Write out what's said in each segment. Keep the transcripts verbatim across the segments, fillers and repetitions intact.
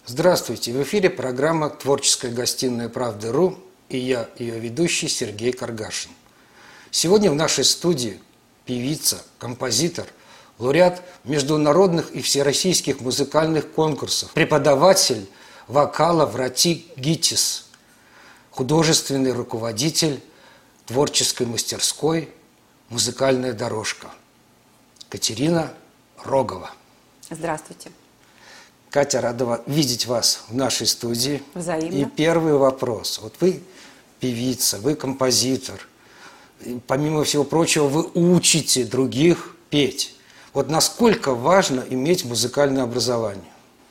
Здравствуйте! В эфире программа «Творческая гостиная Правды.ру» и я, ее ведущий Сергей Каргашин. Сегодня в нашей студии певица, композитор, лауреат международных и всероссийских музыкальных конкурсов, преподаватель вокала Врати Гитис, художественный руководитель творческой мастерской «Музыкальная дорожка» Катерина Рогова. Здравствуйте. Катя, рада видеть вас в нашей студии. Взаимно. И первый вопрос. Вот вы певица, вы композитор. И, помимо всего прочего, вы учите других петь. Вот насколько важно иметь музыкальное образование?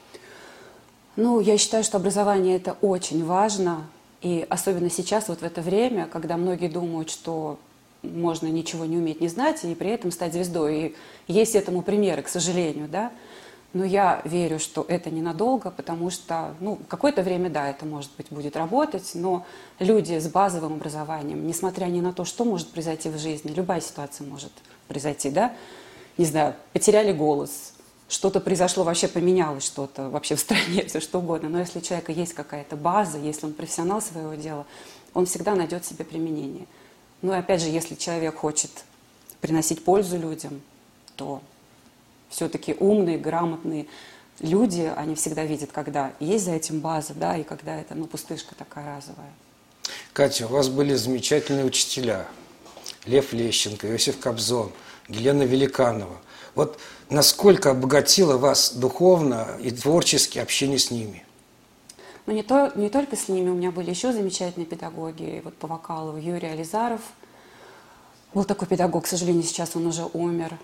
Ну, я считаю, что образование – это очень важно. И особенно сейчас, вот в это время, когда многие думают, что можно ничего не уметь, не знать, и при этом стать звездой. И есть этому примеры, к сожалению, да. Но я верю, что это ненадолго, потому что, ну, какое-то время, да, это, может быть, будет работать, но люди с базовым образованием, несмотря ни на то, что может произойти в жизни, любая ситуация может произойти, да, не знаю, потеряли голос, что-то произошло, вообще поменялось что-то вообще в стране, все что угодно, но если у человека есть какая-то база, если он профессионал своего дела, он всегда найдет себе применение. Ну и опять же, если человек хочет приносить пользу людям, то все-таки умные, грамотные люди, они всегда видят, когда есть за этим база, да, и когда это, ну, пустышка такая разовая. Катя, у вас были замечательные учителя. Лев Лещенко, Иосиф Кобзон, Елена Великанова. Вот насколько обогатило вас духовно и творчески общение с ними? Ну, не, то, не только с ними, у меня были еще замечательные педагоги. Вот по вокалу Юрий Ализаров был такой педагог, к сожалению, сейчас он уже умер.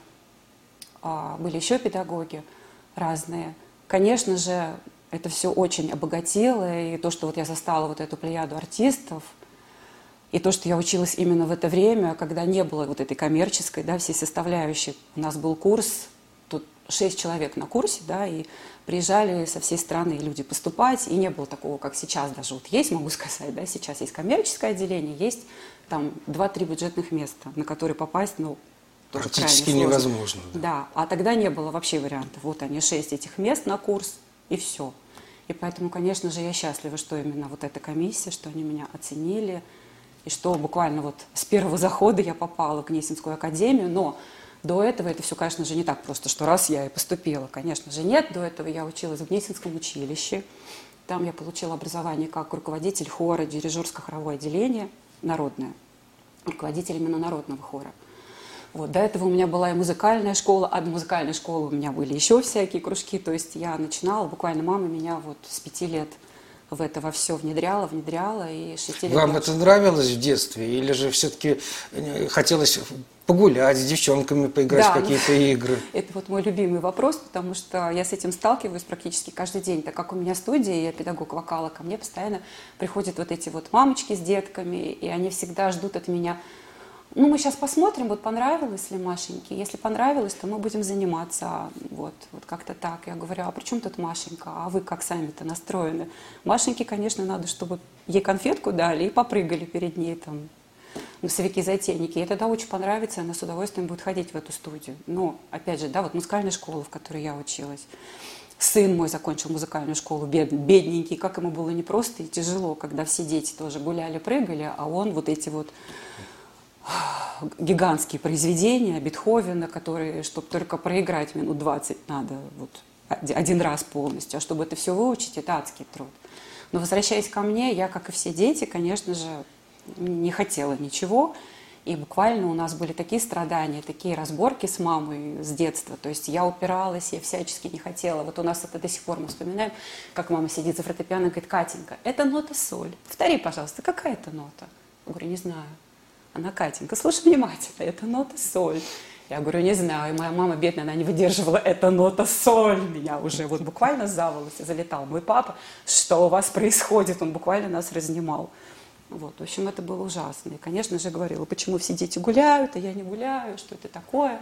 А были еще педагоги разные. Конечно же, это все очень обогатило, и то, что вот я застала вот эту плеяду артистов, и то, что я училась именно в это время, когда не было вот этой коммерческой, да, всей составляющей. У нас был курс, тут шесть человек на курсе, да, и приезжали со всей страны люди поступать, и не было такого, как сейчас даже вот есть, могу сказать, да, сейчас есть коммерческое отделение, есть там два-три бюджетных места, на которые попасть, ну, тоже практически невозможно. Да. да, а тогда не было вообще вариантов. Вот они, шесть этих мест на курс, и все. И поэтому, конечно же, я счастлива, что именно вот эта комиссия, что они меня оценили, и что буквально вот с первого захода я попала в Гнесинскую академию, но до этого это все, конечно же, не так просто, что раз я и поступила. Конечно же, нет. До этого я училась в Гнесинском училище. Там я получила образование как руководитель хора, дирижерско-хоровое отделение, народное, руководитель именно народного хора. Вот, до этого у меня была и музыкальная школа, а до музыкальной школы у меня были еще всякие кружки, то есть я начинала, буквально мама меня вот с пяти лет в это во все внедряла, внедряла, и шести лет... Вам это нравилось в детстве, или же все-таки хотелось погулять с девчонками, поиграть да, в какие-то ну, игры? Это вот мой любимый вопрос, потому что я с этим сталкиваюсь практически каждый день, так как у меня студия, я педагог вокала, ко мне постоянно приходят вот эти вот мамочки с детками, и они всегда ждут от меня... Ну, мы сейчас посмотрим, вот понравилось ли Машеньке. Если понравилось, то мы будем заниматься. Вот, вот как-то так. Я говорю, а при чем тут Машенька? А вы как сами-то настроены? Машеньке, конечно, надо, чтобы ей конфетку дали и попрыгали перед ней там носовики-затейники. Ей тогда очень понравится, она с удовольствием будет ходить в эту студию. Но, опять же, да, вот музыкальная школа, в которой я училась. Сын мой закончил музыкальную школу, бед, бедненький, как ему было непросто и тяжело, когда все дети тоже гуляли, прыгали, а он вот эти вот гигантские произведения Бетховена, которые, чтобы только проиграть минут двадцать надо вот, один раз полностью, а чтобы это все выучить, это адский труд. Но возвращаясь ко мне, я, как и все дети, конечно же, не хотела ничего, и буквально у нас были такие страдания, такие разборки с мамой с детства, то есть я упиралась, я всячески не хотела. Вот у нас это до сих пор мы вспоминаем, как мама сидит за фортепиано и говорит: Катенька, это нота соль, повтори, пожалуйста, какая это нота? Я говорю, не знаю. Она: Катенька, слушай внимательно, это нота соль. Я говорю, не знаю. И моя мама, бедная, она не выдерживала, это нота соль. Меня уже вот буквально за волосы залетал мой папа. Что у вас происходит? Он буквально нас разнимал. Вот, в общем, это было ужасно. И, конечно же, говорила, почему все дети гуляют, а я не гуляю, что это такое.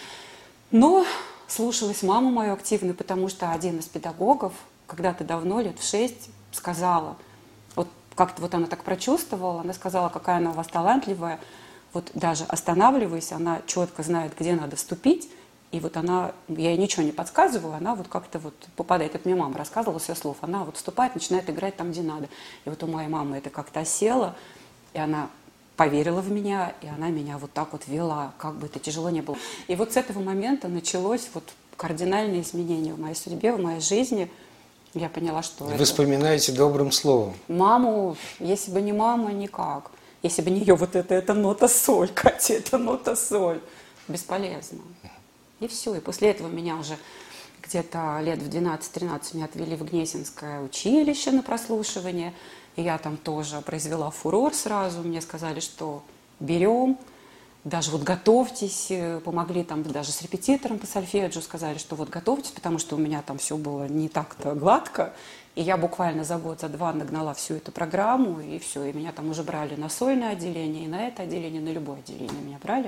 Но слушалась маму мою активно, потому что один из педагогов когда-то давно, лет в шесть, сказала, вот как-то вот она так прочувствовала, она сказала, какая она у вас талантливая, вот даже останавливаясь, она четко знает, где надо вступить, И вот она, я ей ничего не подсказываю, она вот как-то вот попадает, это мне мама рассказывала со слов, она вот вступает, начинает играть там, где надо. И вот у моей мамы это как-то осело, и она поверила в меня, и она меня вот так вот вела, как бы это тяжело не было. И вот с этого момента началось вот кардинальное изменение в моей судьбе, в моей жизни. Я поняла, что Вы это... вспоминаете добрым словом. Маму, если бы не мама, никак. Если бы не ее, вот это, это нота-соль, Катя, это нота-соль. Бесполезно. И все. И после этого меня уже где-то лет в двенадцать-тринадцать меня отвели в Гнесинское училище на прослушивание. И я там тоже произвела фурор сразу. Мне сказали, что берем, даже вот готовьтесь, помогли там даже с репетитором по сольфеджио, сказали, что вот готовьтесь, потому что у меня там все было не так-то гладко. И я буквально за год, за два нагнала всю эту программу, и все. И меня там уже брали на сольное отделение, и на это отделение, на любое отделение меня брали.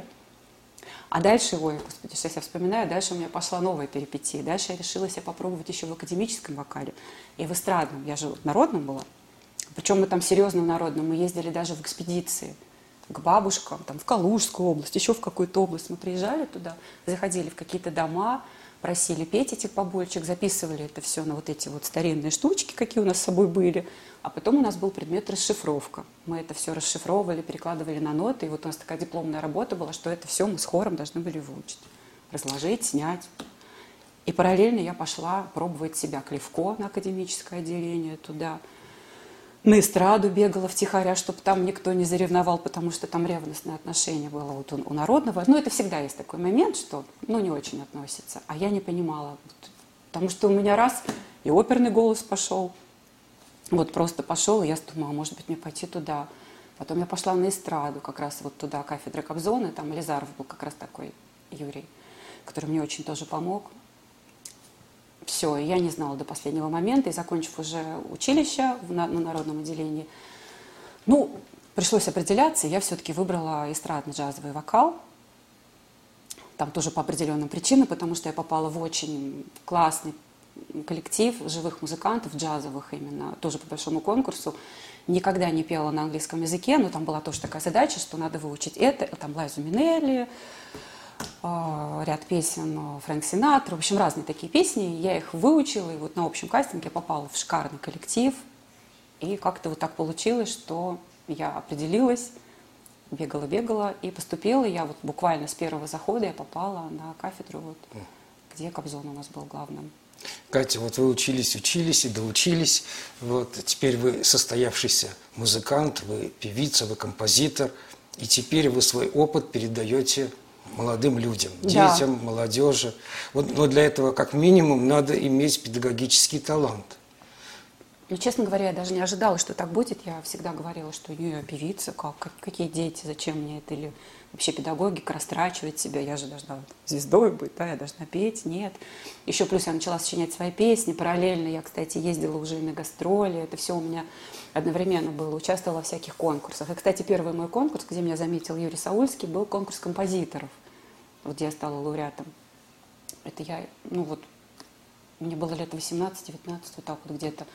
А дальше, ой, господи, сейчас я вспоминаю, дальше у меня пошла новая перипетия. Дальше я решила себя попробовать еще в академическом вокале и в эстрадном. Я же народном была. Причем мы там серьезно в народном. Мы ездили даже в экспедиции к бабушкам, там, в Калужскую область, еще в какую-то область. Мы приезжали туда, заходили в какие-то дома, просили петь этих бабулечек, записывали это все на вот эти вот старинные штучки, какие у нас с собой были. А потом у нас был предмет расшифровка. Мы это все расшифровывали, перекладывали на ноты. И вот у нас такая дипломная работа была, что это все мы с хором должны были выучить. Разложить, снять. И параллельно я пошла пробовать себя к Левко на академическое отделение туда. На эстраду бегала втихаря, чтобы там никто не заревновал, потому что там ревностное отношение было вот у, у народного. Ну, это всегда есть такой момент, что ну, не очень относится. А я не понимала. Потому что у меня раз и оперный голос пошел. Вот просто пошел, и я думала, может быть, мне пойти туда. Потом я пошла на эстраду, как раз вот туда, кафедра Кобзона, там Елизаров был как раз такой, Юрий, который мне очень тоже помог. Все, и я не знала до последнего момента, и закончив уже училище на, на народном отделении, ну, пришлось определяться, и я все-таки выбрала эстрадно-джазовый вокал. Там тоже по определенным причинам, потому что я попала в очень классный коллектив живых музыкантов, джазовых именно, тоже по большому конкурсу. Никогда не пела на английском языке, но там была тоже такая задача, что надо выучить это, там Лайзу Минелли, ряд песен Фрэнк Синатра, в общем, разные такие песни. Я их выучила, и вот на общем кастинге я попала в шикарный коллектив. И как-то вот так получилось, что я определилась, бегала-бегала, и поступила я вот буквально с первого захода я попала на кафедру, вот, где Кобзон у нас был главным. Катя, вот вы учились, учились и доучились, вот теперь вы состоявшийся музыкант, вы певица, вы композитор, и теперь вы свой опыт передаете молодым людям, Да. детям, молодежи. Вот, но для этого как минимум надо иметь педагогический талант. Ну, честно говоря, я даже не ожидала, что так будет. Я всегда говорила, что не, я певица, как, как, какие дети, зачем мне это, или вообще педагогика, растрачивать себя, я же должна вот, звездой быть, да, я должна петь, нет. Еще плюс я начала сочинять свои песни, параллельно я, кстати, ездила уже на гастроли, это все у меня одновременно было, участвовала во всяких конкурсах. И, кстати, первый мой конкурс, где меня заметил Юрий Саульский, был конкурс композиторов, вот где я стала лауреатом. Это я, ну вот, мне было лет восемнадцать-девятнадцать, вот так вот где-то.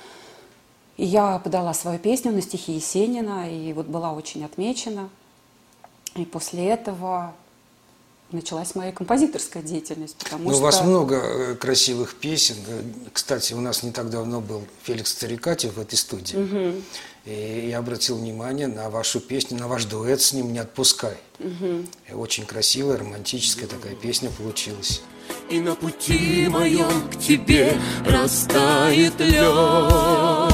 И я подала свою песню на стихи Есенина, и вот была очень отмечена. И после этого началась моя композиторская деятельность. Потому Ну, что... у вас много красивых песен. Кстати, у нас не так давно был Феликс Царикатев в этой студии. Угу. И я обратил внимание на вашу песню, на ваш дуэт с ним «Не отпускай». Угу. Очень красивая, романтическая такая песня получилась. И на пути моем к тебе растает лед,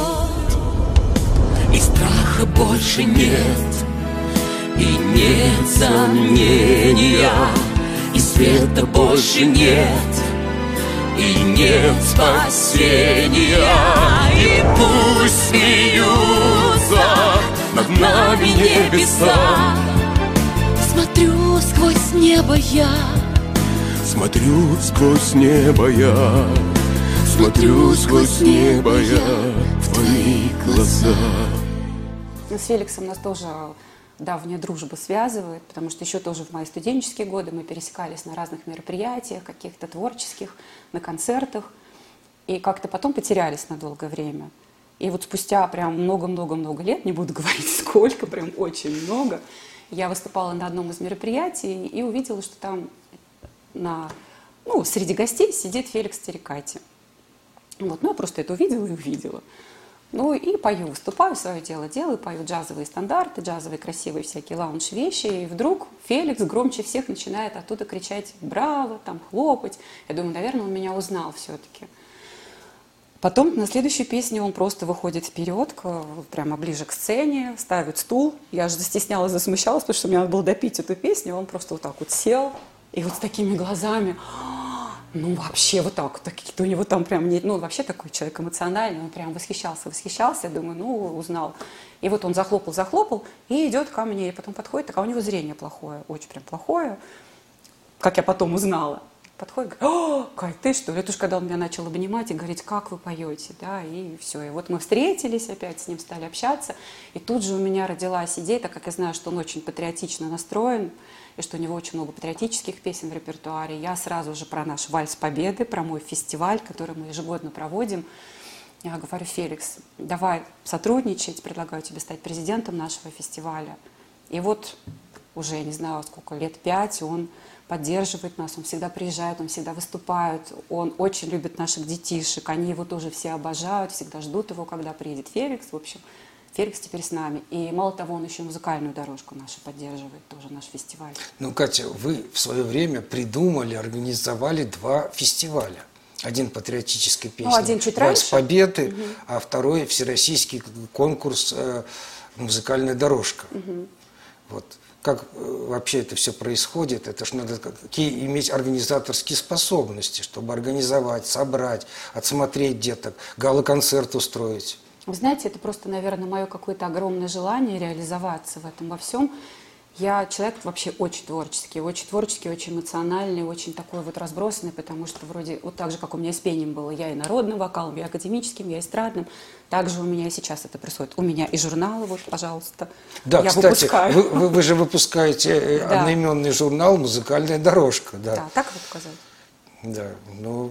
и страха больше нет, и нет сомнения, и света больше нет, и нет спасения. И пусть смеются над нами небеса, смотрю сквозь небо я, смотрю сквозь небо я, смотрю сквозь небо я в твои глаза. С Феликсом нас тоже давняя дружба связывает, потому что еще тоже в мои студенческие годы мы пересекались на разных мероприятиях, каких-то творческих, на концертах, и как-то потом потерялись на долгое время. И вот спустя прям много-много-много лет, не буду говорить сколько, прям очень много, я выступала на одном из мероприятий и увидела, что там на, ну, среди гостей сидит Феликс Терекати. Вот, ну, я просто это увидела и увидела. Ну, и пою, выступаю, свое дело делаю, пою джазовые стандарты, джазовые красивые всякие лаунж-вещи, и вдруг Феликс громче всех начинает оттуда кричать «Браво!», там, хлопать. Я думаю, наверное, он меня узнал все-таки. Потом на следующую песню он просто выходит вперед, к, прямо ближе к сцене, ставит стул. Я же застеснялась, засмущалась, потому что мне надо было допить эту песню. Он просто вот так вот сел, и вот с такими глазами, ну вообще вот так, вот какие-то у него там прям, ну вообще такой человек эмоциональный, он прям восхищался, восхищался. Я думаю, ну узнал. И вот он захлопал, захлопал, и идет ко мне, и потом подходит, так, а у него зрение плохое, очень прям плохое, как я потом узнала. Подходит, говорит: «О, Кать, ты что ли?» Это уж когда он меня начал обнимать и говорить: «Как вы поете?» Да, и все. И вот мы встретились опять, с ним стали общаться. И тут же у меня родилась идея, так как я знаю, что он очень патриотично настроен, и что у него очень много патриотических песен в репертуаре. Я сразу же про наш «Вальс Победы», про мой фестиваль, который мы ежегодно проводим. Я говорю: «Феликс, давай сотрудничать, предлагаю тебе стать президентом нашего фестиваля». И вот уже, я не знаю, сколько, лет пять он поддерживает нас, он всегда приезжает, он всегда выступает, он очень любит наших детишек, они его тоже все обожают, всегда ждут его, когда приедет Феликс. В общем, Феликс теперь с нами. И мало того, он еще музыкальную дорожку нашу поддерживает, тоже наш фестиваль. Ну, Катя, вы в свое время придумали, организовали два фестиваля. Один патриотической песни, ну, один чуть «Вальс раньше. Победы», угу. а второй всероссийский конкурс э, «Музыкальная дорожка». Угу. Вот. Как вообще это все происходит? Это ж надо какие иметь организаторские способности, чтобы организовать, собрать, отсмотреть деток, гала-концерт устроить. Вы знаете, это просто, наверное, мое какое-то огромное желание реализоваться в этом во всем. Я человек вообще очень творческий, очень творческий, очень эмоциональный, очень такой вот разбросанный, потому что вроде вот так же, как у меня с пением было, я и народным вокалом, я академическим, я эстрадным, так же у меня и сейчас это происходит. У меня и журналы, вот, пожалуйста, да, я кстати, выпускаю. Вы, вы, вы же выпускаете Да. одноименный журнал «Музыкальная дорожка». Да, Да, так вот показать. да. Ну,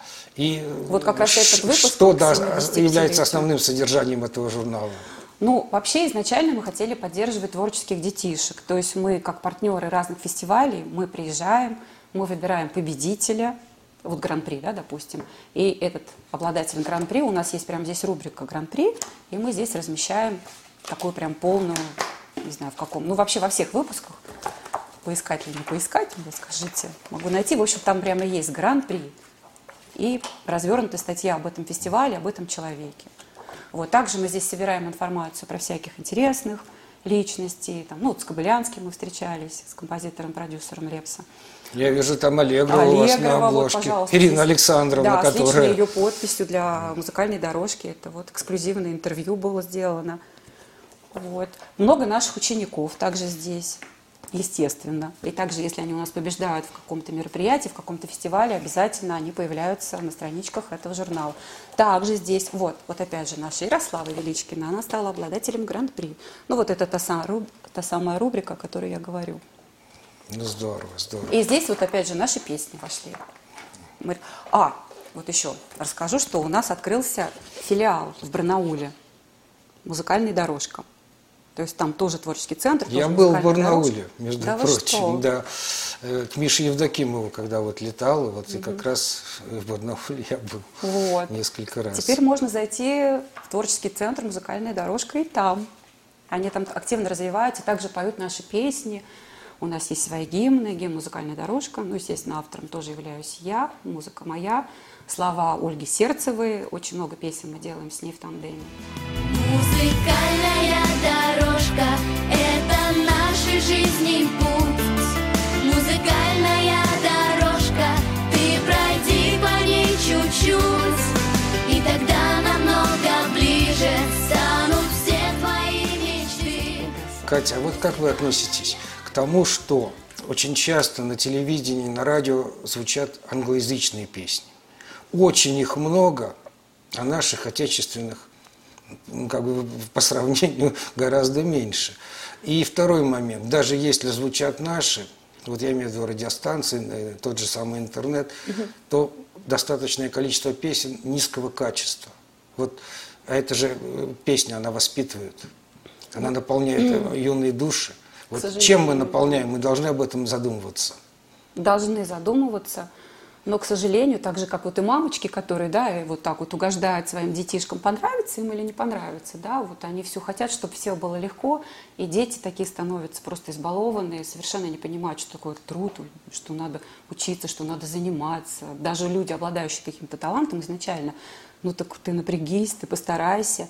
и Вот как раз этот выпуск что да, семидесятипятилетию. является основным содержанием этого журнала? Ну, вообще, изначально мы хотели поддерживать творческих детишек. То есть мы, как партнеры разных фестивалей, мы приезжаем, мы выбираем победителя, вот гран-при, да, допустим, и этот обладатель гран-при, у нас есть прямо здесь рубрика гран-при, и мы здесь размещаем такую прям полную, не знаю в каком, ну, вообще во всех выпусках, поискать или не поискать, вы скажите, могу найти, в общем, там прямо есть гран-при и развернутая статья об этом фестивале, об этом человеке. Вот. Также мы здесь собираем информацию про всяких интересных личностей. Там, ну, вот с Кобылянским мы встречались, с композитором-продюсером Лепса. Я вижу там Аллегрова у вас на обложке. Вот, Ирина здесь, Александровна, да, которая... с личной ее подписью для музыкальной дорожки. Это вот эксклюзивное интервью было сделано. Вот. Много наших учеников также здесь, естественно. И также, если они у нас побеждают в каком-то мероприятии, в каком-то фестивале, обязательно они появляются на страничках этого журнала. Также здесь, вот, вот опять же, наша Ярослава Величкина, она стала обладателем гран-при. Ну вот это та самая, та самая рубрика, о которой я говорю. Ну здорово, здорово. И здесь вот опять же наши песни вошли. Мы... А, вот еще расскажу, что у нас открылся филиал в Барнауле, «Музыкальная дорожка». То есть там тоже творческий центр. Я тоже был в Барнауле, Барнауле, между да прочим, да, к Мише Евдокимову, когда вот летал, вот угу. и как раз в Барнауле я был вот. несколько раз. Теперь можно зайти в творческий центр «Музыкальная дорожка» и там. Они там активно развиваются, также поют наши песни. У нас есть свои гимны, гимн «Музыкальная дорожка». Ну, естественно, автором тоже являюсь я, музыка моя. Слова Ольги Сердцевой. Очень много песен мы делаем с ней в тандеме. Музыкальная дорожка — это нашей жизни путь. Музыкальная дорожка, ты пройди по ней чуть-чуть, и тогда намного ближе станут все твои мечты. Катя, а вот как вы относитесь к тому, что очень часто на телевидении, на радио звучат англоязычные песни? Очень их много, а наших отечественных ну, как бы по сравнению гораздо меньше. И второй момент, даже если звучат наши, вот я имею в виду радиостанции, тот же самый интернет, угу. то достаточное количество песен низкого качества. Вот, а это же песня, она воспитывает, она наполняет mm. юные души. Вот чем мы наполняем, мы должны об этом задумываться. должны задумываться. Но, к сожалению, так же, как вот и мамочки, которые, да, и вот так вот угождают своим детишкам, понравится им или не понравится, да, вот они все хотят, чтобы все было легко, и дети такие становятся просто избалованные, совершенно не понимают, что такое труд, что надо учиться, что надо заниматься. Даже люди, обладающие каким-то талантом изначально, ну так ты напрягись, ты постарайся.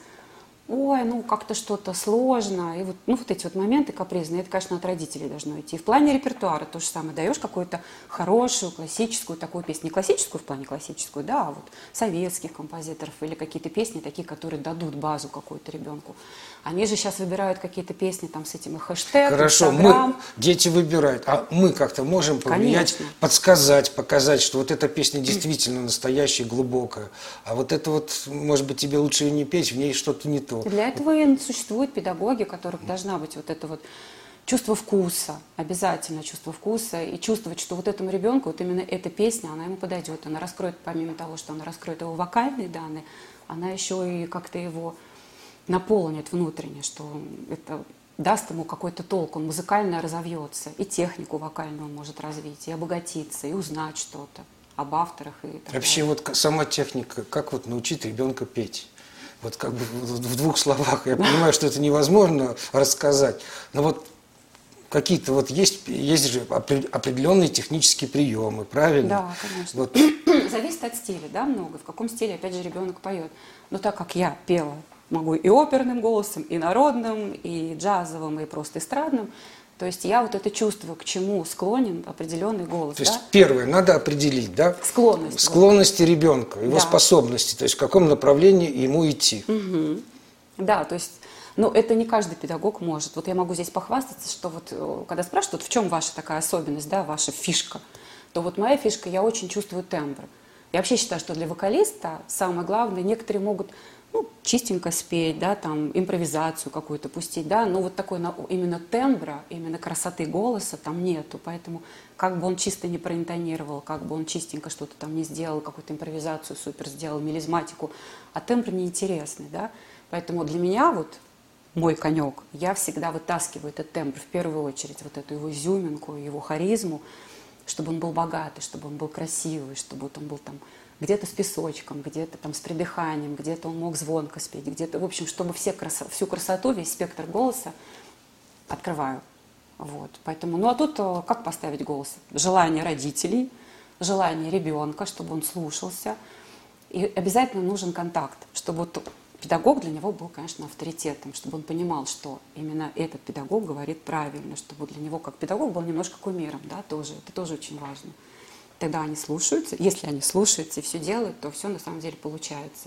Ой, ну как-то что-то сложно. И вот, ну, вот эти вот моменты капризные, это, конечно, от родителей должно идти. И в плане репертуара то же самое. Даешь какую-то хорошую, классическую такую песню. Не классическую в плане классическую, да, а вот советских композиторов или какие-то песни такие, которые дадут базу какую-то ребенку. Они же сейчас выбирают какие-то песни там с этим и хэштег, Хорошо, Инстаграм. мы, дети выбирают, а мы как-то можем повлиять, Конечно. подсказать, показать, что вот эта песня действительно настоящая, глубокая, а вот это вот, может быть, тебе лучше и не петь, в ней что-то не то. Для этого и существуют педагоги, у которых должна быть вот это вот чувство вкуса, обязательно чувство вкуса, и чувствовать, что вот этому ребенку вот именно эта песня, она ему подойдет, она раскроет, помимо того, что она раскроет его вокальные данные, она еще и как-то его наполнит внутренне, что это даст ему какой-то толк, он музыкально разовьется, и технику вокальную он может развить, и обогатиться, и узнать что-то об авторах. И так Вообще далее. вот сама техника, как вот научить ребенка петь? Вот как бы в двух словах, я понимаю, что это невозможно рассказать, но вот какие-то вот есть, есть же определенные технические приемы, правильно? Да, конечно. Вот. Зависит от стиля, да, много, в каком стиле, опять же, ребенок поет. Но так как я пела, могу и оперным голосом, и народным, и джазовым, и просто эстрадным, то есть я вот это чувствую, к чему склонен определенный голос. То да? есть первое, надо определить, да? Склонность. Склонности ребенка, его Да. способности, то есть в каком направлении ему идти. Мгм. Да, то есть, ну, это не каждый педагог может. Вот я могу здесь похвастаться, что вот, э, когда спрашивают, вот в чем ваша такая особенность, да, ваша фишка, то вот моя фишка, я очень чувствую тембр. Я вообще считаю, что для вокалиста самое главное, некоторые могут, ну, чистенько спеть, да, там, импровизацию какую-то пустить, да, но вот такой на- именно тембра, именно красоты голоса там нету, поэтому как бы он чисто не проинтонировал, как бы он чистенько что-то там не сделал, какую-то импровизацию супер сделал, мелизматику, а тембр неинтересный, да, поэтому для меня вот мой конек, я всегда вытаскиваю этот тембр, в первую очередь, вот эту его изюминку, его харизму, чтобы он был богатый, чтобы он был красивый, чтобы вот он был там где-то с песочком, где-то там с придыханием, где-то он мог звонко спеть, где-то, в общем, чтобы все красо, всю красоту, весь спектр голоса открываю. Вот. Поэтому, ну а тут э, как поставить голос? Желание родителей, желание ребенка, чтобы он слушался. И обязательно нужен контакт, чтобы вот педагог для него был, конечно, авторитетом, чтобы он понимал, что именно этот педагог говорит правильно, чтобы для него как педагог был немножко кумиром, да, тоже, это тоже очень важно. Тогда они слушаются, если они слушаются и все делают, то все на самом деле получается.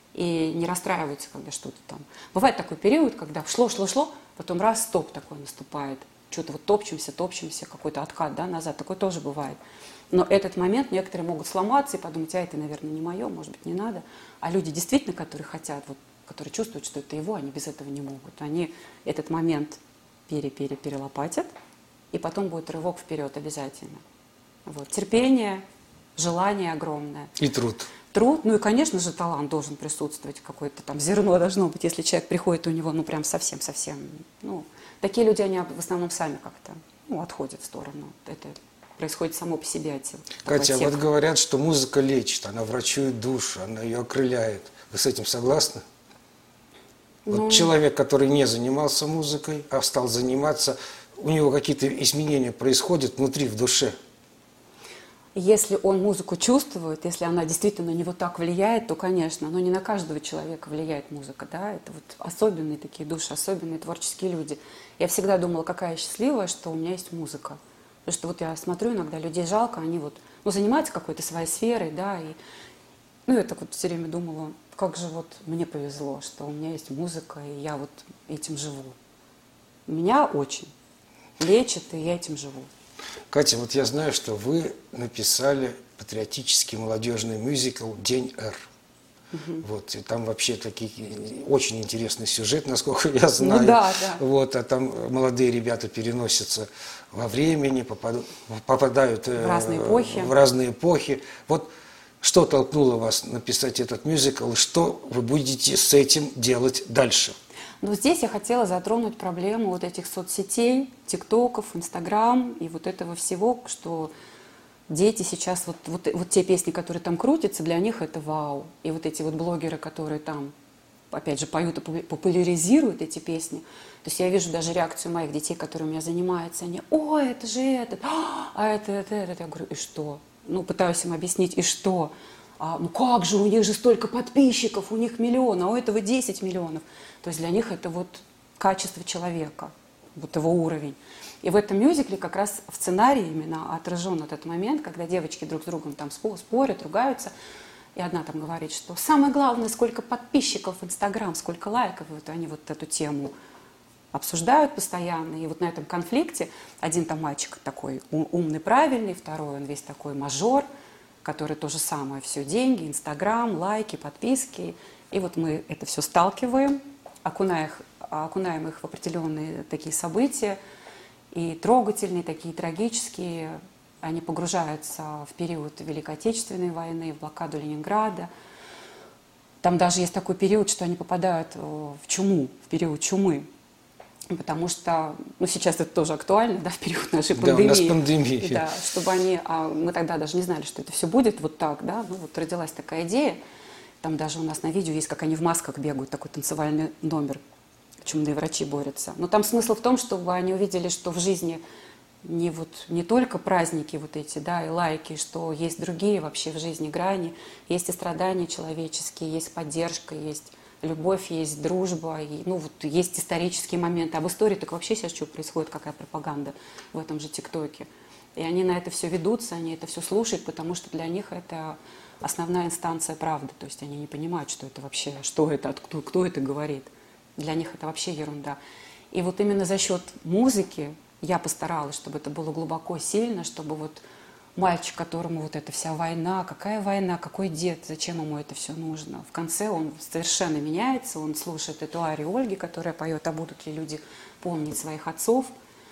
И не расстраиваются, когда что-то там. Бывает такой период, когда шло-шло-шло, потом раз, стоп такой наступает. Что-то вот топчемся, топчемся, какой-то откат, да, назад. Такое тоже бывает. Но этот момент некоторые могут сломаться и подумать, а это, наверное, не мое, может быть, не надо. А люди действительно, которые хотят, вот, которые чувствуют, что это его, они без этого не могут. Они этот момент пере-пере-перелопатят, и потом будет рывок вперед обязательно. Вот. Терпение, желание огромное. И труд. Труд, ну и, конечно же, талант должен присутствовать, какое-то там зерно должно быть, если человек приходит, у него, ну, прям совсем-совсем, ну, такие люди, они в основном сами как-то, ну, отходят в сторону. Это происходит само по себе от сил. Катя, вот говорят, что музыка лечит, она врачует душу, она ее окрыляет. Вы с этим согласны? Ну, Вот человек, который не занимался музыкой, а стал заниматься, у него какие-то изменения происходят внутри, в душе. если он музыку чувствует, если она действительно на него так влияет, то, конечно, но не на каждого человека влияет музыка, да, это вот особенные такие души, особенные творческие люди. Я всегда думала, какая я счастливая, что у меня есть музыка. Потому что вот я смотрю иногда, людей жалко, они вот, ну, занимаются какой-то своей сферой, да, и, ну, я так вот все время думала, как же вот мне повезло, что у меня есть музыка, и я вот этим живу. Меня очень лечит, и я этим живу. Катя, вот я знаю, что вы написали патриотический молодежный мюзикл «День Р». Угу. Вот, и там вообще такие, очень интересный сюжет, насколько я знаю. Ну, да, да. Вот, а там молодые ребята переносятся во времени, попадают, попадают в разные эпохи. В разные эпохи. Вот что толкнуло вас написать этот мюзикл, и что вы будете с этим делать дальше? Но здесь я хотела затронуть проблему вот этих соцсетей, тиктоков, инстаграм и вот этого всего, что дети сейчас, вот, вот, вот те песни, которые там крутятся, для них это вау. И вот эти вот блогеры, которые там, опять же, поют и популяризируют эти песни. То есть я вижу даже реакцию моих детей, которые у меня занимаются. Они, ой, это же этот, а это, это, это. Я говорю, и что? Ну, пытаюсь им объяснить, и что? А, ну как же, у них же столько подписчиков, у них миллион, а у этого десять миллионов. То есть для них это вот качество человека, вот его уровень. И в этом мюзикле как раз в сценарии именно отражен этот момент, когда девочки друг с другом там спорят, ругаются. И одна там говорит, что самое главное, сколько подписчиков в Инстаграм, сколько лайков. И вот они вот эту тему обсуждают постоянно. И вот на этом конфликте один там мальчик такой умный, правильный, второй он весь такой мажор, который то же самое, все деньги, Инстаграм, лайки, подписки. И вот мы это все сталкиваем, окунаем их, окунаем их в определенные такие события, и трогательные, такие трагические. Они погружаются в период Великой Отечественной войны, в блокаду Ленинграда. Там даже есть такой период, что они попадают в чуму, в период чумы. Потому что, ну, сейчас это тоже актуально, да, в период нашей пандемии. Да, у нас пандемия. Да, чтобы они, а мы тогда даже не знали, что это все будет вот так, да, ну, вот родилась такая идея. Там даже у нас на видео есть, как они в масках бегают, такой танцевальный номер. Чумные врачи борются. Но там смысл в том, чтобы они увидели, что в жизни не, вот, не только праздники вот эти, да, и лайки, что есть другие вообще в жизни грани, есть и страдания человеческие, есть поддержка, есть любовь, есть дружба, и, ну, вот, есть исторические моменты. А в истории так вообще сейчас что происходит, какая пропаганда в этом же ТикТоке. И они на это все ведутся, они это все слушают, потому что для них это основная инстанция правды. То есть они не понимают, что это вообще, что это, кто, кто это говорит. Для них это вообще ерунда. И вот именно за счет музыки я постаралась, чтобы это было глубоко, сильно, чтобы вот мальчик, которому вот эта вся война, какая война, какой дед, зачем ему это все нужно. В конце он совершенно меняется, он слушает эту арию Ольги, которая поет, а будут ли люди помнить своих отцов.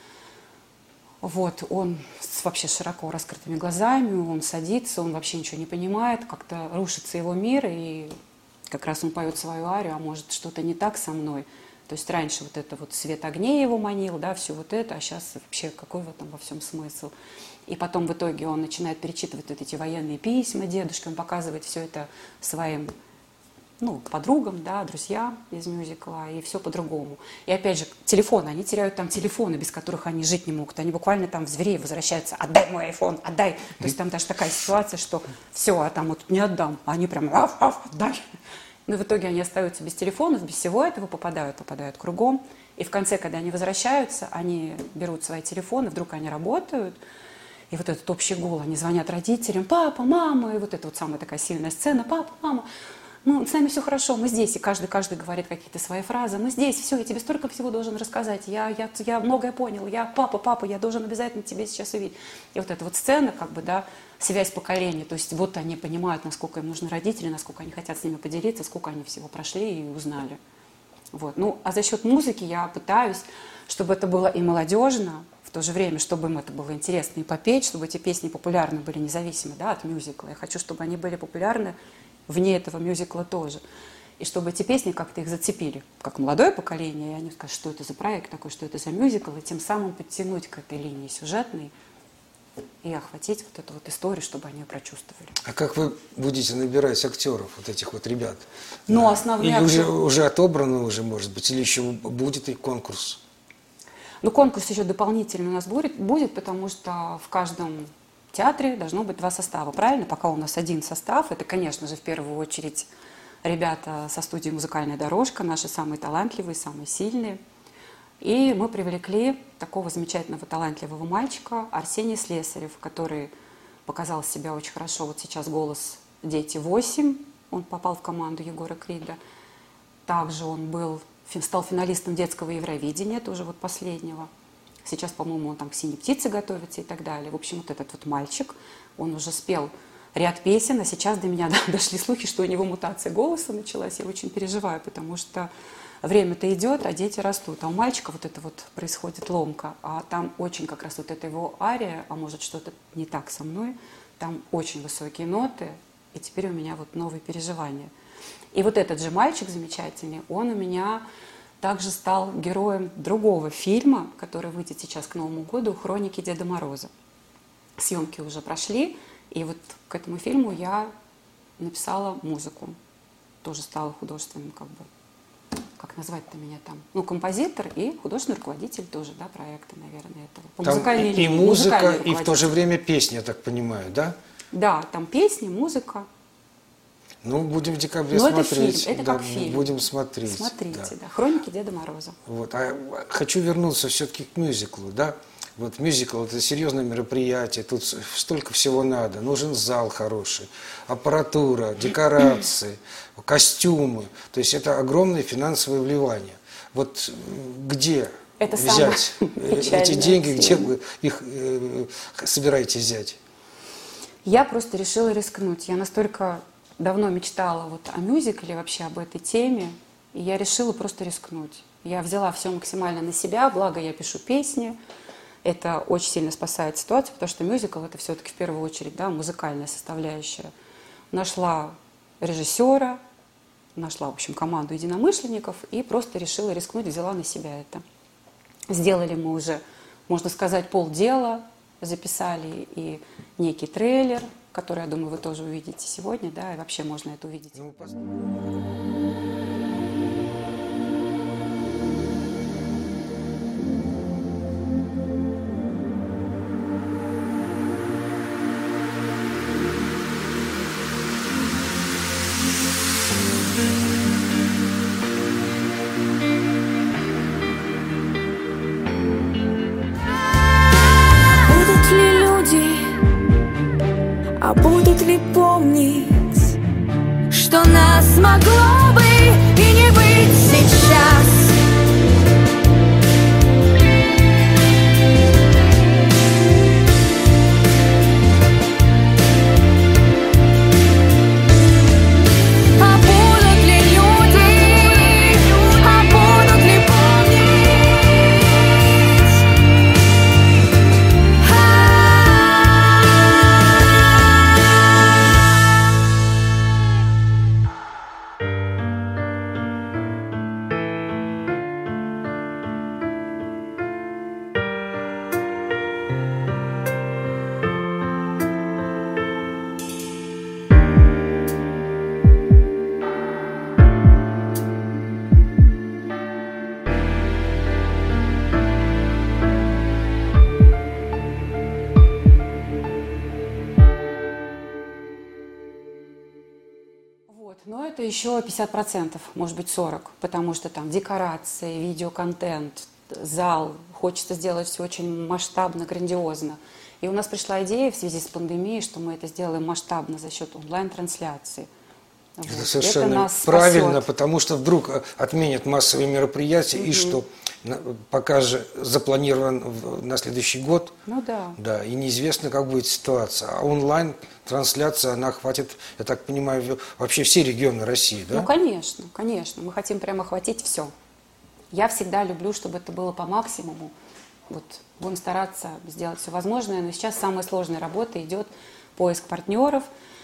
Вот, он с вообще широко раскрытыми глазами, он садится, он вообще ничего не понимает, как-то рушится его мир, и как раз он поет свою арию, а может что-то не так со мной. То есть раньше вот это вот свет огней его манил, да, все вот это, а сейчас вообще какой в этом во всем смысл? И потом в итоге он начинает перечитывать вот эти военные письма дедушке, он показывает все это своим, ну, подругам, да, друзьям из мюзикла, и все по-другому. И опять же, телефоны, они теряют там телефоны, без которых они жить не могут. Они буквально там в зверей возвращаются: отдай мой айфон, отдай. То есть там даже такая ситуация, что все, а там вот не отдам. А они прям аф, аф, отдай. Но в итоге они остаются без телефонов, без всего этого, попадают, попадают кругом. И в конце, когда они возвращаются, они берут свои телефоны, вдруг они работают, и вот этот общий гул, они звонят родителям: папа, мама, и вот это вот самая такая сильная сцена: папа, мама, ну, с нами все хорошо, мы здесь. И каждый, каждый говорит какие-то свои фразы: мы здесь, все, я тебе столько всего должен рассказать, я, я, я многое понял, я папа, папа, я должен обязательно тебе сейчас увидеть. И вот эта вот сцена, как бы, да, связь поколений, то есть вот они понимают, насколько им нужны родители, насколько они хотят с ними поделиться, сколько они всего прошли и узнали. Вот. Ну, а за счет музыки я пытаюсь, чтобы это было и молодежно, в то же время, чтобы им это было интересно и попеть, чтобы эти песни популярны были независимо, да, от мюзикла. Я хочу, чтобы они были популярны вне этого мюзикла тоже. И чтобы эти песни как-то их зацепили, как молодое поколение, и они скажут, что это за проект такой, что это за мюзикл, и тем самым подтянуть к этой линии сюжетной и охватить вот эту вот историю, чтобы они ее прочувствовали. А как вы будете набирать актеров, вот этих вот ребят? Ну, да. основные Или уже, актеры... уже отобраны, уже, может быть, или еще будет и конкурс? Ну, конкурс еще дополнительный у нас будет, будет, потому что в каждом театре должно быть два состава, правильно? Пока у нас один состав, это, конечно же, в первую очередь ребята со студии «Музыкальная дорожка», наши самые талантливые, самые сильные. И мы привлекли такого замечательного, талантливого мальчика Арсения Слесарев, который показал себя очень хорошо. Вот сейчас «Голос Дети восемь», он попал в команду Егора Крида. Также он был, стал финалистом детского Евровидения, тоже вот последнего. Сейчас, по-моему, он там к «Синей птице» готовится и так далее. В общем, вот этот вот мальчик, он уже спел ряд песен, а сейчас до меня дошли слухи, что у него мутация голоса началась. Я очень переживаю, потому что время-то идет, а дети растут. А у мальчика вот это вот происходит ломка. А там очень как раз вот эта его ария, а может что-то не так со мной, там очень высокие ноты, и теперь у меня вот новые переживания. И вот этот же мальчик замечательный, он у меня также стал героем другого фильма, который выйдет сейчас к Новому году, «Хроники Деда Мороза». съемки уже прошли, и вот к этому фильму я написала музыку. Тоже стала художественным, как бы, как назвать-то меня там? Ну, композитор и художественный руководитель тоже, да, проекта, наверное, этого. По Там музыкальной и линии, музыка, музыкальный и в то же руководитель. время песни, я так понимаю, да? Да, там песни, музыка. Ну, будем в декабре Но это смотреть. фильм, это Да, как фильм. Будем смотреть. Смотрите, да. да. «Хроники Деда Мороза». Вот. А хочу вернуться все-таки к мюзиклу, да? Вот мюзикл – это серьезное мероприятие, тут столько всего надо. Нужен зал хороший, аппаратура, декорации, костюмы. То есть это огромное финансовое вливание. Вот где Это взять самая эти печальная деньги, где тема. вы их э, собираетесь взять? Я просто решила рискнуть. Я настолько давно мечтала вот о мюзикле, вообще об этой теме, и я решила просто рискнуть. Я взяла все максимально на себя, благо я пишу песни. Это очень сильно спасает ситуацию, потому что мюзикл – это все-таки в первую очередь, да, музыкальная составляющая. Нашла режиссера, нашла, в общем, команду единомышленников и просто решила рискнуть, взяла на себя это. Сделали мы уже, можно сказать, полдела, записали и некий трейлер, который, я думаю, вы тоже увидите сегодня, да, и вообще можно это увидеть. Ну, пос- Будут ли люди, а будут ли помнить, что нас могло бы и не быть сейчас? А будут ли люди, а будут ли помнить? Вот. Но это еще пятьдесят процентов, может быть сорок процентов, потому что там декорации, видеоконтент, зал, хочется сделать все очень масштабно, грандиозно. И у нас пришла идея в связи с пандемией, что мы это сделаем масштабно за счет онлайн-трансляции. Вот. Это совершенно нас правильно, спасет. потому что вдруг отменят массовые мероприятия, и что на- пока же запланирован в- на следующий год, Ну да. да, и неизвестно, как будет ситуация. А онлайн-трансляция, она охватит, я так понимаю, вообще все регионы России, да? Ну, конечно, конечно. Мы хотим прямо охватить все. Я всегда люблю, чтобы это было по максимуму. Вот будем стараться сделать все возможное, но сейчас самая сложная работа идет поиск партнеров,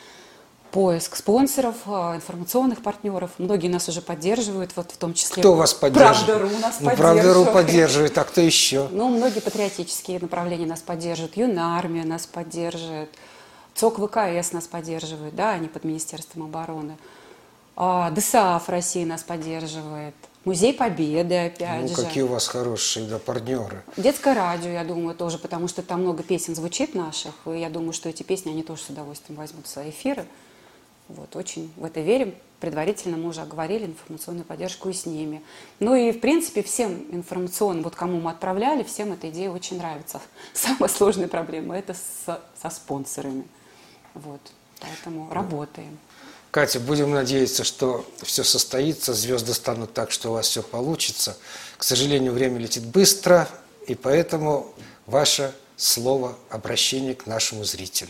поиск спонсоров, э, информационных партнеров. Многие нас уже поддерживают, вот в том числе. Кто вас поддерживает? Правда.ру нас Ну, Правда.ру поддерживает. поддерживает, а кто еще? Ну, многие патриотические направления нас поддерживают, Юнармия нас поддерживает, ЦОК ВКС нас поддерживает, да, они под Министерством обороны. А, ДСАФ России нас поддерживает, Музей Победы, опять Ну, же. какие у вас хорошие, да, партнеры. Детское радио, я думаю, тоже, потому что там много песен звучит наших, и я думаю, что эти песни, они тоже с удовольствием возьмут в свои эфиры. Вот, очень в это верим. Предварительно мы уже оговорили информационную поддержку и с ними. Ну и, в принципе, всем информационным, вот кому мы отправляли, всем эта идея очень нравится. Самая сложная проблема – это со, со спонсорами. Вот, поэтому работаем. Катя, будем надеяться, что все состоится, звезды станут так, что у вас все получится. К сожалению, время летит быстро, и поэтому ваше слово, обращение к нашему зрителю.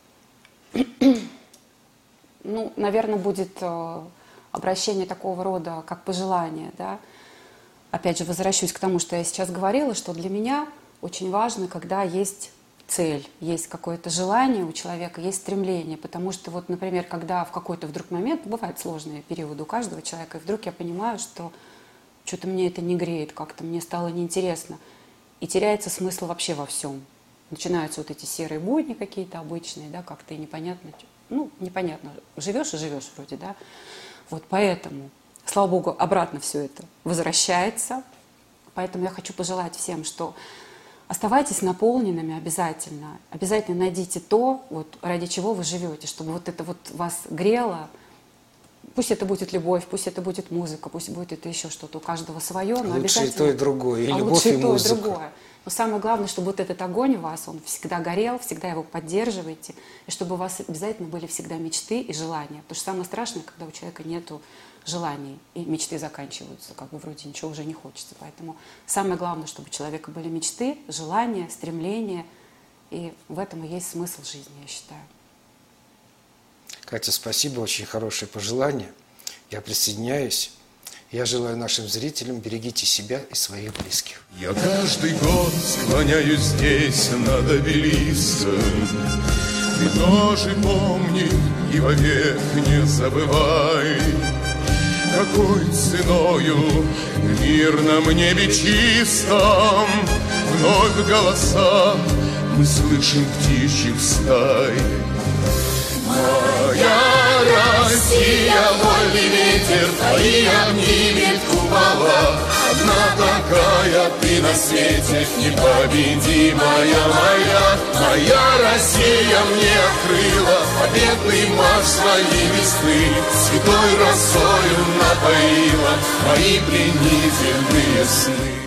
Ну, наверное, будет э, обращение такого рода, как пожелание, да. Опять же, возвращусь к тому, что я сейчас говорила, что для меня очень важно, когда есть цель, есть какое-то желание у человека, есть стремление. Потому что, вот, например, когда в какой-то вдруг момент, бывают сложные периоды у каждого человека, и вдруг я понимаю, что что-то мне это не греет, как-то мне стало неинтересно, и теряется смысл вообще во всем. начинаются вот эти серые будни какие-то обычные, да, как-то и непонятно, ну, непонятно, живешь и живешь вроде, да. Вот поэтому, слава Богу, обратно все это возвращается. Поэтому я хочу пожелать всем, что оставайтесь наполненными обязательно. Обязательно найдите то, вот, ради чего вы живете, чтобы вот это вот вас грело. Пусть это будет любовь, пусть это будет музыка, пусть будет это еще что-то. У каждого свое, но лучше обязательно... и то, и другое, и а любовь, лучше и и то, музыка. И другое. Но самое главное, чтобы вот этот огонь у вас, он всегда горел, всегда его поддерживаете, и чтобы у вас обязательно были всегда мечты и желания. Потому что самое страшное, когда у человека нету желаний, и мечты заканчиваются, как бы вроде ничего уже не хочется. Поэтому самое главное, чтобы у человека были мечты, желания, стремления, и в этом и есть смысл жизни, я считаю. Катя, спасибо, очень хорошее пожелание. Я присоединяюсь. Я желаю нашим зрителям, берегите себя и своих близких. Я каждый год склоняюсь здесь над обелиском. Ты тоже помни и вовек не забывай, какой ценою в мирном небе чистом вновь голоса мы слышим птичьих стай. Моя Россия, вольный ветер, твои огни купола. Одна такая ты на свете, непобедимая моя. Моя Россия мне открыла победный марш своей весны. Святой росою напоила мои пленительные сны.